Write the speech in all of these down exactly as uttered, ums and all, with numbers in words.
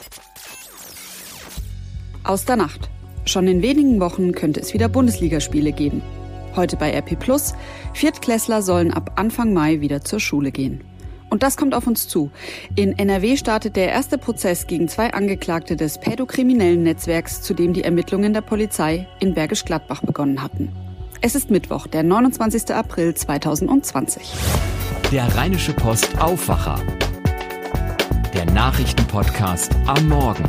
Aus der Nacht. Schon in wenigen Wochen könnte es wieder Bundesligaspiele geben. Heute bei R P Plus. Viertklässler sollen ab Anfang Mai wieder zur Schule gehen. Und das kommt auf uns zu. In N R W startet der erste Prozess gegen zwei Angeklagte des pädokriminellen Netzwerks, zu dem die Ermittlungen der Polizei in Bergisch Gladbach begonnen hatten. Es ist Mittwoch, der neunundzwanzigster April zweitausendzwanzig. Der Rheinische Post Aufwacher. Der Nachrichtenpodcast am Morgen.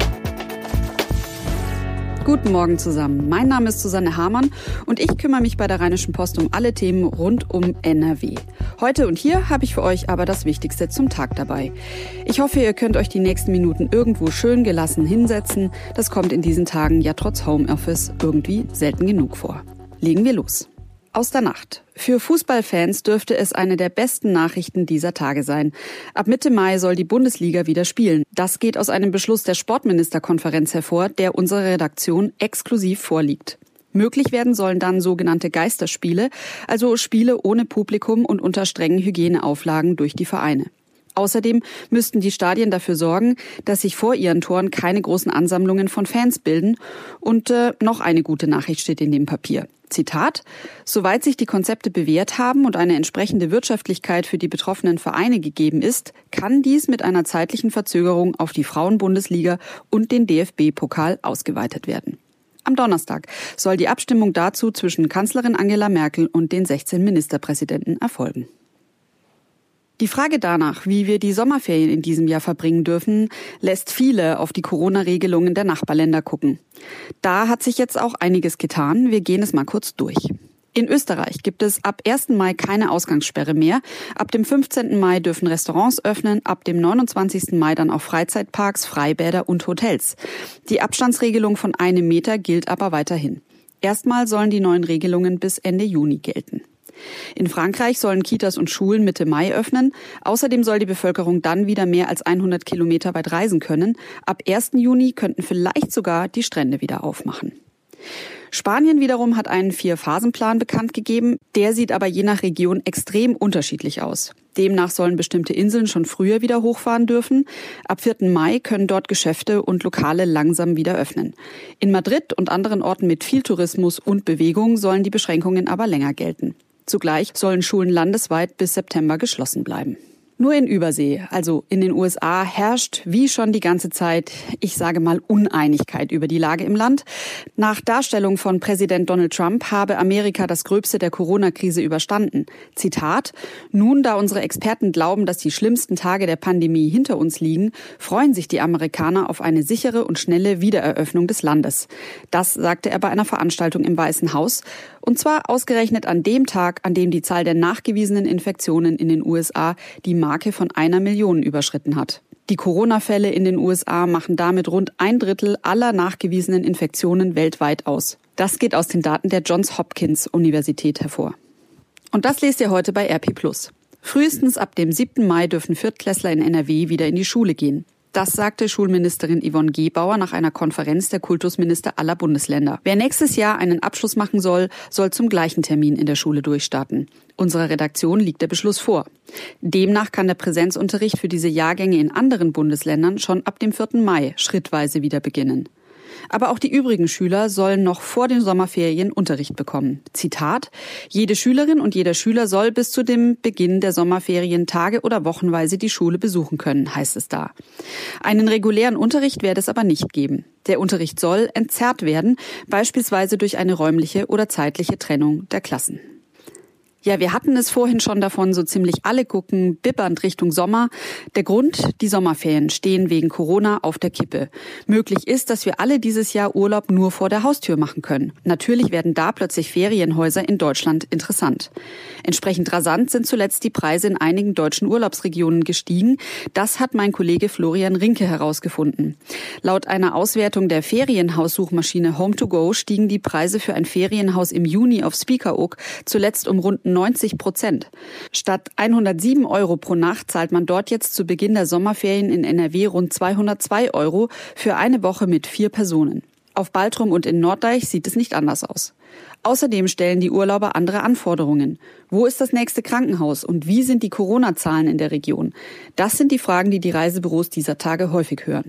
Guten Morgen zusammen. Mein Name ist Susanne Hamann und ich kümmere mich bei der Rheinischen Post um alle Themen rund um N R W. Heute und hier habe ich für euch aber das Wichtigste zum Tag dabei. Ich hoffe, ihr könnt euch die nächsten Minuten irgendwo schön gelassen hinsetzen. Das kommt in diesen Tagen ja trotz Homeoffice irgendwie selten genug vor. Legen wir los. Aus der Nacht. Für Fußballfans dürfte es eine der besten Nachrichten dieser Tage sein. Ab Mitte Mai soll die Bundesliga wieder spielen. Das geht aus einem Beschluss der Sportministerkonferenz hervor, der unserer Redaktion exklusiv vorliegt. Möglich werden sollen dann sogenannte Geisterspiele, also Spiele ohne Publikum und unter strengen Hygieneauflagen durch die Vereine. Außerdem müssten die Stadien dafür sorgen, dass sich vor ihren Toren keine großen Ansammlungen von Fans bilden. Und äh, noch eine gute Nachricht steht in dem Papier. Zitat: Soweit sich die Konzepte bewährt haben und eine entsprechende Wirtschaftlichkeit für die betroffenen Vereine gegeben ist, kann dies mit einer zeitlichen Verzögerung auf die Frauenbundesliga und den D F B-Pokal ausgeweitet werden. Am Donnerstag soll die Abstimmung dazu zwischen Kanzlerin Angela Merkel und den sechzehn Ministerpräsidenten erfolgen. Die Frage danach, wie wir die Sommerferien in diesem Jahr verbringen dürfen, lässt viele auf die Corona-Regelungen der Nachbarländer gucken. Da hat sich jetzt auch einiges getan. Wir gehen es mal kurz durch. In Österreich gibt es ab ersten Mai keine Ausgangssperre mehr. Ab dem fünfzehnten Mai dürfen Restaurants öffnen, ab dem neunundzwanzigsten Mai dann auch Freizeitparks, Freibäder und Hotels. Die Abstandsregelung von einem Meter gilt aber weiterhin. Erstmal sollen die neuen Regelungen bis Ende Juni gelten. In Frankreich sollen Kitas und Schulen Mitte Mai öffnen. Außerdem soll die Bevölkerung dann wieder mehr als hundert Kilometer weit reisen können. Ab ersten Juni könnten vielleicht sogar die Strände wieder aufmachen. Spanien wiederum hat einen Vier-Phasen-Plan bekannt gegeben. Der sieht aber je nach Region extrem unterschiedlich aus. Demnach sollen bestimmte Inseln schon früher wieder hochfahren dürfen. Ab vierten Mai können dort Geschäfte und Lokale langsam wieder öffnen. In Madrid und anderen Orten mit viel Tourismus und Bewegung sollen die Beschränkungen aber länger gelten. Zugleich sollen Schulen landesweit bis September geschlossen bleiben. Nur in Übersee, also in den U S A, herrscht wie schon die ganze Zeit, ich sage mal, Uneinigkeit über die Lage im Land. Nach Darstellung von Präsident Donald Trump habe Amerika das Gröbste der Corona-Krise überstanden. Zitat: Nun, da unsere Experten glauben, dass die schlimmsten Tage der Pandemie hinter uns liegen, freuen sich die Amerikaner auf eine sichere und schnelle Wiedereröffnung des Landes. Das sagte er bei einer Veranstaltung im Weißen Haus. Und zwar ausgerechnet an dem Tag, an dem die Zahl der nachgewiesenen Infektionen in den U S A die Marke von einer Million überschritten hat. Die Corona-Fälle in den U S A machen damit rund ein Drittel aller nachgewiesenen Infektionen weltweit aus. Das geht aus den Daten der Johns Hopkins Universität hervor. Und das lest ihr heute bei R P Plus. Frühestens ab dem siebten Mai dürfen Viertklässler in N R W wieder in die Schule gehen. Das sagte Schulministerin Yvonne Gebauer nach einer Konferenz der Kultusminister aller Bundesländer. Wer nächstes Jahr einen Abschluss machen soll, soll zum gleichen Termin in der Schule durchstarten. Unserer Redaktion liegt der Beschluss vor. Demnach kann der Präsenzunterricht für diese Jahrgänge in anderen Bundesländern schon ab dem vierten Mai schrittweise wieder beginnen. Aber auch die übrigen Schüler sollen noch vor den Sommerferien Unterricht bekommen. Zitat: Jede Schülerin und jeder Schüler soll bis zu dem Beginn der Sommerferien tage- oder wochenweise die Schule besuchen können, heißt es da. Einen regulären Unterricht werde es aber nicht geben. Der Unterricht soll entzerrt werden, beispielsweise durch eine räumliche oder zeitliche Trennung der Klassen. Ja, wir hatten es vorhin schon davon, so ziemlich alle gucken bibbernd Richtung Sommer. Der Grund: die Sommerferien stehen wegen Corona auf der Kippe. Möglich ist, dass wir alle dieses Jahr Urlaub nur vor der Haustür machen können. Natürlich werden da plötzlich Ferienhäuser in Deutschland interessant. Entsprechend rasant sind zuletzt die Preise in einigen deutschen Urlaubsregionen gestiegen. Das hat mein Kollege Florian Rinke herausgefunden. Laut einer Auswertung der Ferienhaussuchmaschine Home to Go stiegen die Preise für ein Ferienhaus im Juni auf Spiekeroog zuletzt um rund neunzig Prozent. Statt hundertsieben Euro pro Nacht zahlt man dort jetzt zu Beginn der Sommerferien in N R W rund zweihundertzwei Euro für eine Woche mit vier Personen. Auf Baltrum und in Norddeich sieht es nicht anders aus. Außerdem stellen die Urlauber andere Anforderungen. Wo ist das nächste Krankenhaus und wie sind die Corona-Zahlen in der Region? Das sind die Fragen, die die Reisebüros dieser Tage häufig hören.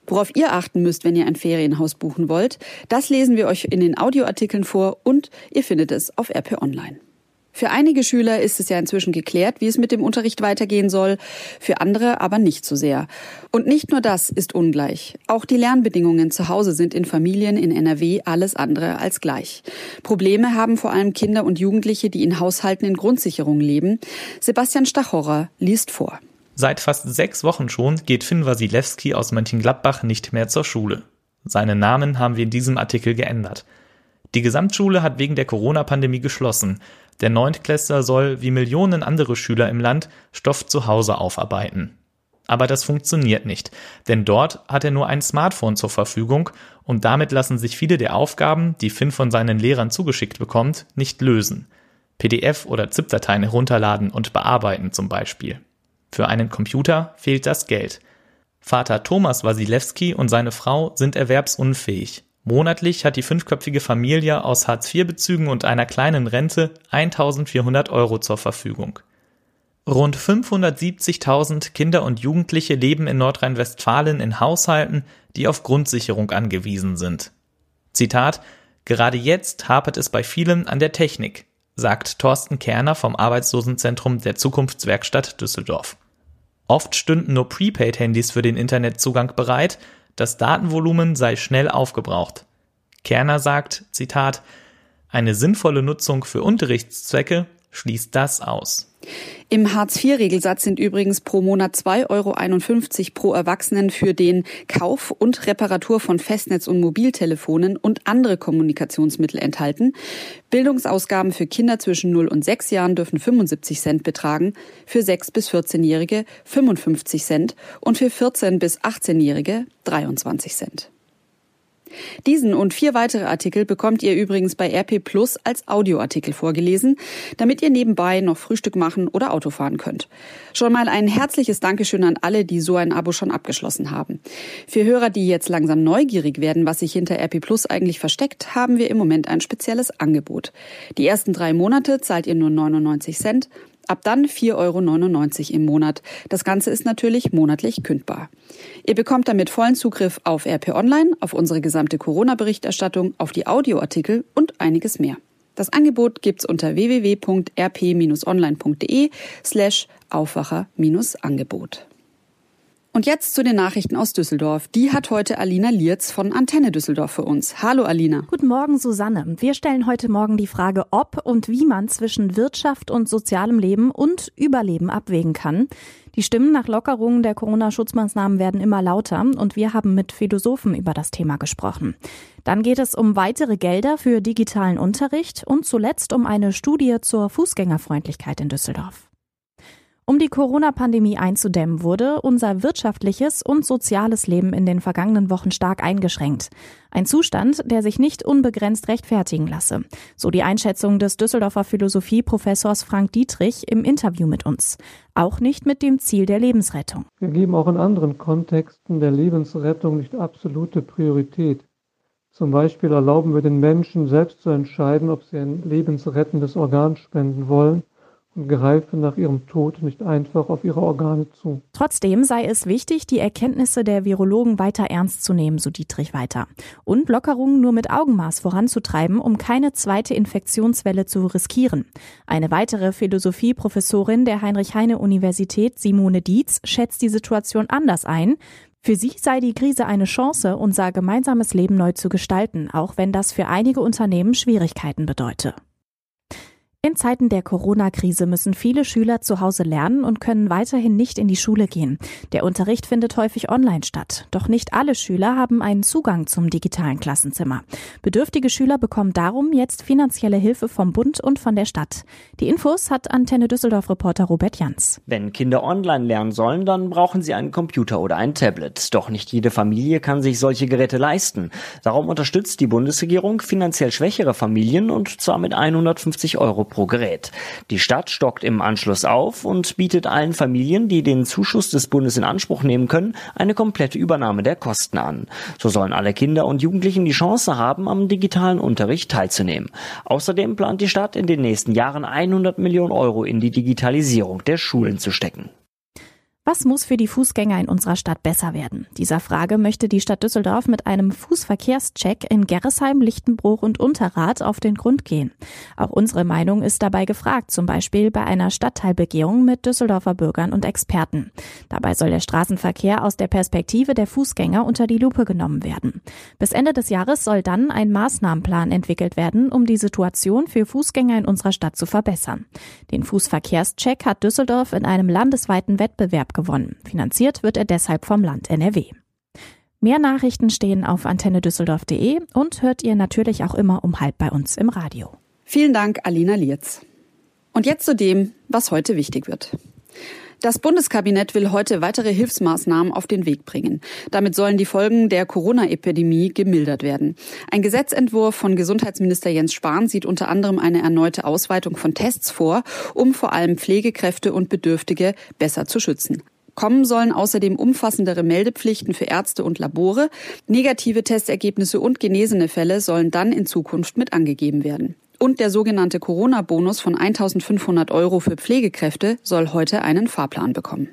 Worauf ihr achten müsst, wenn ihr ein Ferienhaus buchen wollt, das lesen wir euch in den Audioartikeln vor und ihr findet es auf R P Online. Für einige Schüler ist es ja inzwischen geklärt, wie es mit dem Unterricht weitergehen soll, für andere aber nicht so sehr. Und nicht nur das ist ungleich. Auch die Lernbedingungen zu Hause sind in Familien in N R W alles andere als gleich. Probleme haben vor allem Kinder und Jugendliche, die in Haushalten in Grundsicherung leben. Sebastian Stachorer liest vor. Seit fast sechs Wochen schon geht Finn Wasilewski aus Mönchengladbach nicht mehr zur Schule. Seinen Namen haben wir in diesem Artikel geändert. Die Gesamtschule hat wegen der Corona-Pandemie geschlossen. Der Neuntklässler soll, wie Millionen andere Schüler im Land, Stoff zu Hause aufarbeiten. Aber das funktioniert nicht, denn dort hat er nur ein Smartphone zur Verfügung und damit lassen sich viele der Aufgaben, die Finn von seinen Lehrern zugeschickt bekommt, nicht lösen. P D F- oder ZIP-Dateien herunterladen und bearbeiten zum Beispiel. Für einen Computer fehlt das Geld. Vater Thomas Wasilewski und seine Frau sind erwerbsunfähig. Monatlich hat die fünfköpfige Familie aus Hartz vier Bezügen und einer kleinen Rente eintausendvierhundert Euro zur Verfügung. Rund fünfhundertsiebzigtausend Kinder und Jugendliche leben in Nordrhein-Westfalen in Haushalten, die auf Grundsicherung angewiesen sind. Zitat: Gerade jetzt hapert es bei vielen an der Technik, sagt Thorsten Kerner vom Arbeitslosenzentrum der Zukunftswerkstatt Düsseldorf. Oft stünden nur Prepaid-Handys für den Internetzugang bereit, das Datenvolumen sei schnell aufgebraucht. Kerner sagt, Zitat, eine sinnvolle Nutzung für Unterrichtszwecke schließt das aus. Im Hartz vier Regelsatz sind übrigens pro Monat zwei Euro einundfünfzig pro Erwachsenen für den Kauf und Reparatur von Festnetz- und Mobiltelefonen und andere Kommunikationsmittel enthalten. Bildungsausgaben für Kinder zwischen null und sechs Jahren dürfen fünfundsiebzig Cent betragen, für sechs- bis vierzehnjährige fünfundfünfzig Cent und für vierzehn- bis achtzehnjährige dreiundzwanzig Cent. Diesen und vier weitere Artikel bekommt ihr übrigens bei R P Plus als Audioartikel vorgelesen, damit ihr nebenbei noch Frühstück machen oder Auto fahren könnt. Schon mal ein herzliches Dankeschön an alle, die so ein Abo schon abgeschlossen haben. Für Hörer, die jetzt langsam neugierig werden, was sich hinter R P Plus eigentlich versteckt, haben wir im Moment ein spezielles Angebot. Die ersten drei Monate zahlt ihr nur neunundneunzig Cent. Ab dann vier Euro neunundneunzig im Monat. Das Ganze ist natürlich monatlich kündbar. Ihr bekommt damit vollen Zugriff auf R P Online, auf unsere gesamte Corona-Berichterstattung, auf die Audioartikel und einiges mehr. Das Angebot gibt's unter w w w punkt r p online punkt d e slash Aufwacher Angebot. Und jetzt zu den Nachrichten aus Düsseldorf. Die hat heute Alina Lierz von Antenne Düsseldorf für uns. Hallo Alina. Guten Morgen Susanne. Wir stellen heute Morgen die Frage, ob und wie man zwischen Wirtschaft und sozialem Leben und Überleben abwägen kann. Die Stimmen nach Lockerungen der Corona-Schutzmaßnahmen werden immer lauter und wir haben mit Philosophen über das Thema gesprochen. Dann geht es um weitere Gelder für digitalen Unterricht und zuletzt um eine Studie zur Fußgängerfreundlichkeit in Düsseldorf. Um die Corona-Pandemie einzudämmen, wurde unser wirtschaftliches und soziales Leben in den vergangenen Wochen stark eingeschränkt. Ein Zustand, der sich nicht unbegrenzt rechtfertigen lasse. So die Einschätzung des Düsseldorfer Philosophieprofessors Frank Dietrich im Interview mit uns. Auch nicht mit dem Ziel der Lebensrettung. Wir geben auch in anderen Kontexten der Lebensrettung nicht absolute Priorität. Zum Beispiel erlauben wir den Menschen selbst zu entscheiden, ob sie ein lebensrettendes Organ spenden wollen, und greifen nach ihrem Tod nicht einfach auf ihre Organe zu. Trotzdem sei es wichtig, die Erkenntnisse der Virologen weiter ernst zu nehmen, so Dietrich weiter. Und Lockerungen nur mit Augenmaß voranzutreiben, um keine zweite Infektionswelle zu riskieren. Eine weitere Philosophieprofessorin der Heinrich-Heine-Universität, Simone Dietz, schätzt die Situation anders ein. Für sie sei die Krise eine Chance, unser gemeinsames Leben neu zu gestalten, auch wenn das für einige Unternehmen Schwierigkeiten bedeute. In Zeiten der Corona-Krise müssen viele Schüler zu Hause lernen und können weiterhin nicht in die Schule gehen. Der Unterricht findet häufig online statt. Doch nicht alle Schüler haben einen Zugang zum digitalen Klassenzimmer. Bedürftige Schüler bekommen darum jetzt finanzielle Hilfe vom Bund und von der Stadt. Die Infos hat Antenne Düsseldorf-Reporter Robert Jans. Wenn Kinder online lernen sollen, dann brauchen sie einen Computer oder ein Tablet. Doch nicht jede Familie kann sich solche Geräte leisten. Darum unterstützt die Bundesregierung finanziell schwächere Familien und zwar mit hundertfünfzig Euro pro Gerät. Die Stadt stockt im Anschluss auf und bietet allen Familien, die den Zuschuss des Bundes in Anspruch nehmen können, eine komplette Übernahme der Kosten an. So sollen alle Kinder und Jugendlichen die Chance haben, am digitalen Unterricht teilzunehmen. Außerdem plant die Stadt in den nächsten Jahren hundert Millionen Euro in die Digitalisierung der Schulen zu stecken. Was muss für die Fußgänger in unserer Stadt besser werden? Dieser Frage möchte die Stadt Düsseldorf mit einem Fußverkehrscheck in Gerresheim, Lichtenbruch und Unterrath auf den Grund gehen. Auch unsere Meinung ist dabei gefragt, zum Beispiel bei einer Stadtteilbegehung mit Düsseldorfer Bürgern und Experten. Dabei soll der Straßenverkehr aus der Perspektive der Fußgänger unter die Lupe genommen werden. Bis Ende des Jahres soll dann ein Maßnahmenplan entwickelt werden, um die Situation für Fußgänger in unserer Stadt zu verbessern. Den Fußverkehrscheck hat Düsseldorf in einem landesweiten Wettbewerb gewonnen. Finanziert wird er deshalb vom Land N R W. Mehr Nachrichten stehen auf antenne düsseldorf punkt de und hört ihr natürlich auch immer um halb bei uns im Radio. Vielen Dank, Alina Lierz. Und jetzt zu dem, was heute wichtig wird. Das Bundeskabinett will heute weitere Hilfsmaßnahmen auf den Weg bringen. Damit sollen die Folgen der Corona-Epidemie gemildert werden. Ein Gesetzentwurf von Gesundheitsminister Jens Spahn sieht unter anderem eine erneute Ausweitung von Tests vor, um vor allem Pflegekräfte und Bedürftige besser zu schützen. Kommen sollen außerdem umfassendere Meldepflichten für Ärzte und Labore. Negative Testergebnisse und genesene Fälle sollen dann in Zukunft mit angegeben werden. Und der sogenannte Corona-Bonus von eintausendfünfhundert Euro für Pflegekräfte soll heute einen Fahrplan bekommen.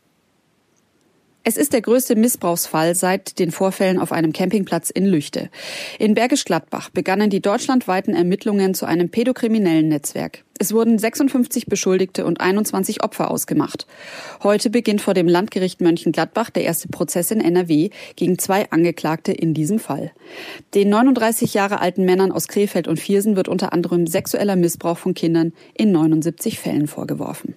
Es ist der größte Missbrauchsfall seit den Vorfällen auf einem Campingplatz in Lüchte. In Bergisch Gladbach begannen die deutschlandweiten Ermittlungen zu einem pädokriminellen Netzwerk. Es wurden sechsundfünfzig Beschuldigte und einundzwanzig Opfer ausgemacht. Heute beginnt vor dem Landgericht Mönchengladbach der erste Prozess in N R W gegen zwei Angeklagte in diesem Fall. Den neununddreißig Jahre alten Männern aus Krefeld und Viersen wird unter anderem sexueller Missbrauch von Kindern in neunundsiebzig Fällen vorgeworfen.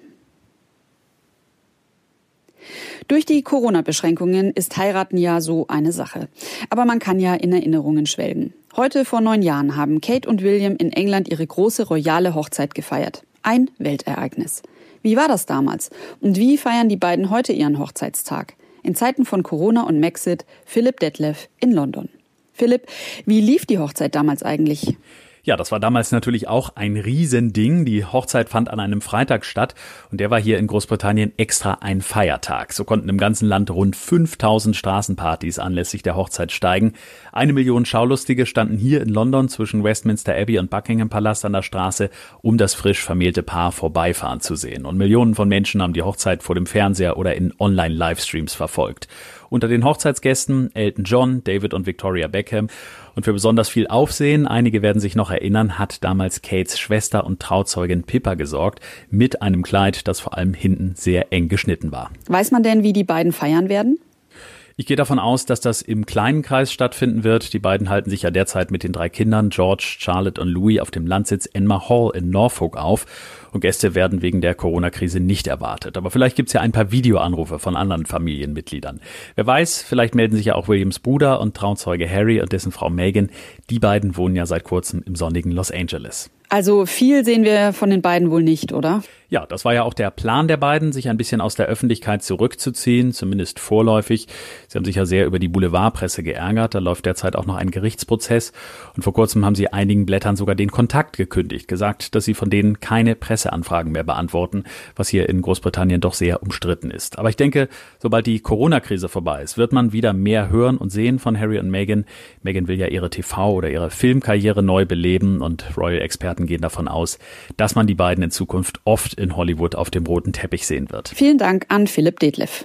Durch die Corona-Beschränkungen ist Heiraten ja so eine Sache. Aber man kann ja in Erinnerungen schwelgen. Heute vor neun Jahren haben Kate und William in England ihre große royale Hochzeit gefeiert. Ein Weltereignis. Wie war das damals? Und wie feiern die beiden heute ihren Hochzeitstag? In Zeiten von Corona und Maxit, Philipp Detlef in London. Philipp, wie lief die Hochzeit damals eigentlich? Ja, das war damals natürlich auch ein Riesending. Die Hochzeit fand an einem Freitag statt und der war hier in Großbritannien extra ein Feiertag. So konnten im ganzen Land rund fünftausend Straßenpartys anlässlich der Hochzeit steigen. Eine Million Schaulustige standen hier in London zwischen Westminster Abbey und Buckingham Palast an der Straße, um das frisch vermählte Paar vorbeifahren zu sehen. Und Millionen von Menschen haben die Hochzeit vor dem Fernseher oder in Online-Livestreams verfolgt. Unter den Hochzeitsgästen Elton John, David und Victoria Beckham. Und für besonders viel Aufsehen, einige werden sich noch erinnern, hat damals Kates Schwester und Trauzeugin Pippa gesorgt, mit einem Kleid, das vor allem hinten sehr eng geschnitten war. Weiß man denn, wie die beiden feiern werden? Ich gehe davon aus, dass das im kleinen Kreis stattfinden wird. Die beiden halten sich ja derzeit mit den drei Kindern, George, Charlotte und Louis, auf dem Landsitz Enmar Hall in Norfolk auf. Und Gäste werden wegen der Corona-Krise nicht erwartet. Aber vielleicht gibt's ja ein paar Videoanrufe von anderen Familienmitgliedern. Wer weiß, vielleicht melden sich ja auch Williams Bruder und Trauzeuge Harry und dessen Frau Meghan. Die beiden wohnen ja seit kurzem im sonnigen Los Angeles. Also viel sehen wir von den beiden wohl nicht, oder? Ja, das war ja auch der Plan der beiden, sich ein bisschen aus der Öffentlichkeit zurückzuziehen, zumindest vorläufig. Sie haben sich ja sehr über die Boulevardpresse geärgert, da läuft derzeit auch noch ein Gerichtsprozess. Und vor kurzem haben sie einigen Blättern sogar den Kontakt gekündigt, gesagt, dass sie von denen keine Presseanfragen mehr beantworten, was hier in Großbritannien doch sehr umstritten ist. Aber ich denke, sobald die Corona-Krise vorbei ist, wird man wieder mehr hören und sehen von Harry und Meghan. Meghan will ja ihre T V- oder ihre Filmkarriere neu beleben und Royal-Experten gehen davon aus, dass man die beiden in Zukunft oft in Hollywood auf dem roten Teppich sehen wird. Vielen Dank an Philipp Detlef.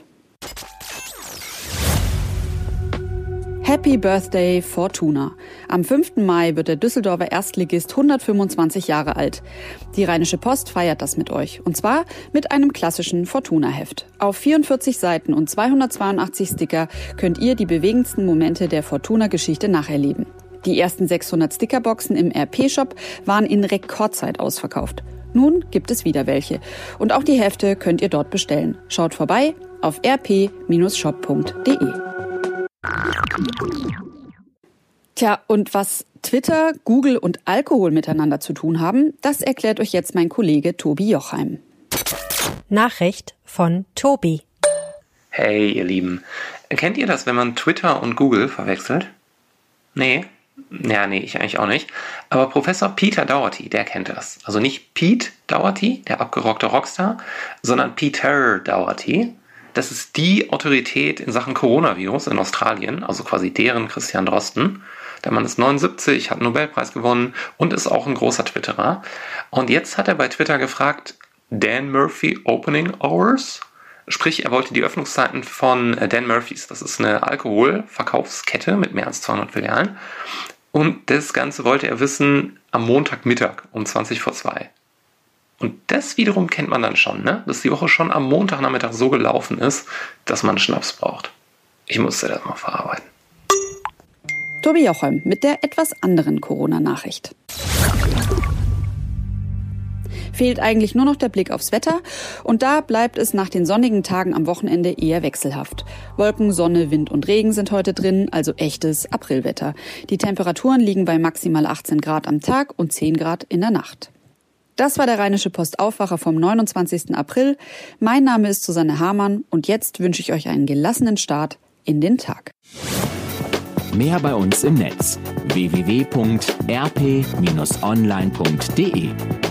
Happy Birthday Fortuna. Am fünften Mai wird der Düsseldorfer Erstligist hundertfünfundzwanzig Jahre alt. Die Rheinische Post feiert das mit euch. Und zwar mit einem klassischen Fortuna-Heft. Auf vierundvierzig Seiten und zweihundertzweiundachtzig Sticker könnt ihr die bewegendsten Momente der Fortuna-Geschichte nacherleben. Die ersten sechshundert Stickerboxen im R P-Shop waren in Rekordzeit ausverkauft. Nun gibt es wieder welche. Und auch die Hefte könnt ihr dort bestellen. Schaut vorbei auf r p shop punkt de. Tja, und was Twitter, Google und Alkohol miteinander zu tun haben, das erklärt euch jetzt mein Kollege Tobi Jochheim. Nachricht von Tobi. Hey, ihr Lieben. Kennt ihr das, wenn man Twitter und Google verwechselt? Nee? Ja, nee, ich eigentlich auch nicht. Aber Professor Peter Doherty, der kennt das. Also nicht Pete Doherty, der abgerockte Rockstar, sondern Peter Doherty. Das ist die Autorität in Sachen Coronavirus in Australien, also quasi deren Christian Drosten. Der Mann ist neunundsiebzig, hat einen Nobelpreis gewonnen und ist auch ein großer Twitterer. Und jetzt hat er bei Twitter gefragt, Dan Murphy Opening Hours? Sprich, er wollte die Öffnungszeiten von Dan Murphy's, das ist eine Alkoholverkaufskette mit mehr als zweihundert Filialen. Und das Ganze wollte er wissen am Montagmittag um zwanzig vor zwei. Und das wiederum kennt man dann schon, ne? Dass die Woche schon am Montagnachmittag so gelaufen ist, dass man Schnaps braucht. Ich musste das mal verarbeiten. Tobi Jochem mit der etwas anderen Corona-Nachricht. Fehlt eigentlich nur noch der Blick aufs Wetter und da bleibt es nach den sonnigen Tagen am Wochenende eher wechselhaft. Wolken, Sonne, Wind und Regen sind heute drin, also echtes Aprilwetter. Die Temperaturen liegen bei maximal achtzehn Grad am Tag und zehn Grad in der Nacht. Das war der Rheinische Post Aufwacher vom neunundzwanzigsten April. Mein Name ist Susanne Hamann und jetzt wünsche ich euch einen gelassenen Start in den Tag. Mehr bei uns im Netz w w w punkt r p Bindestrich online punkt d e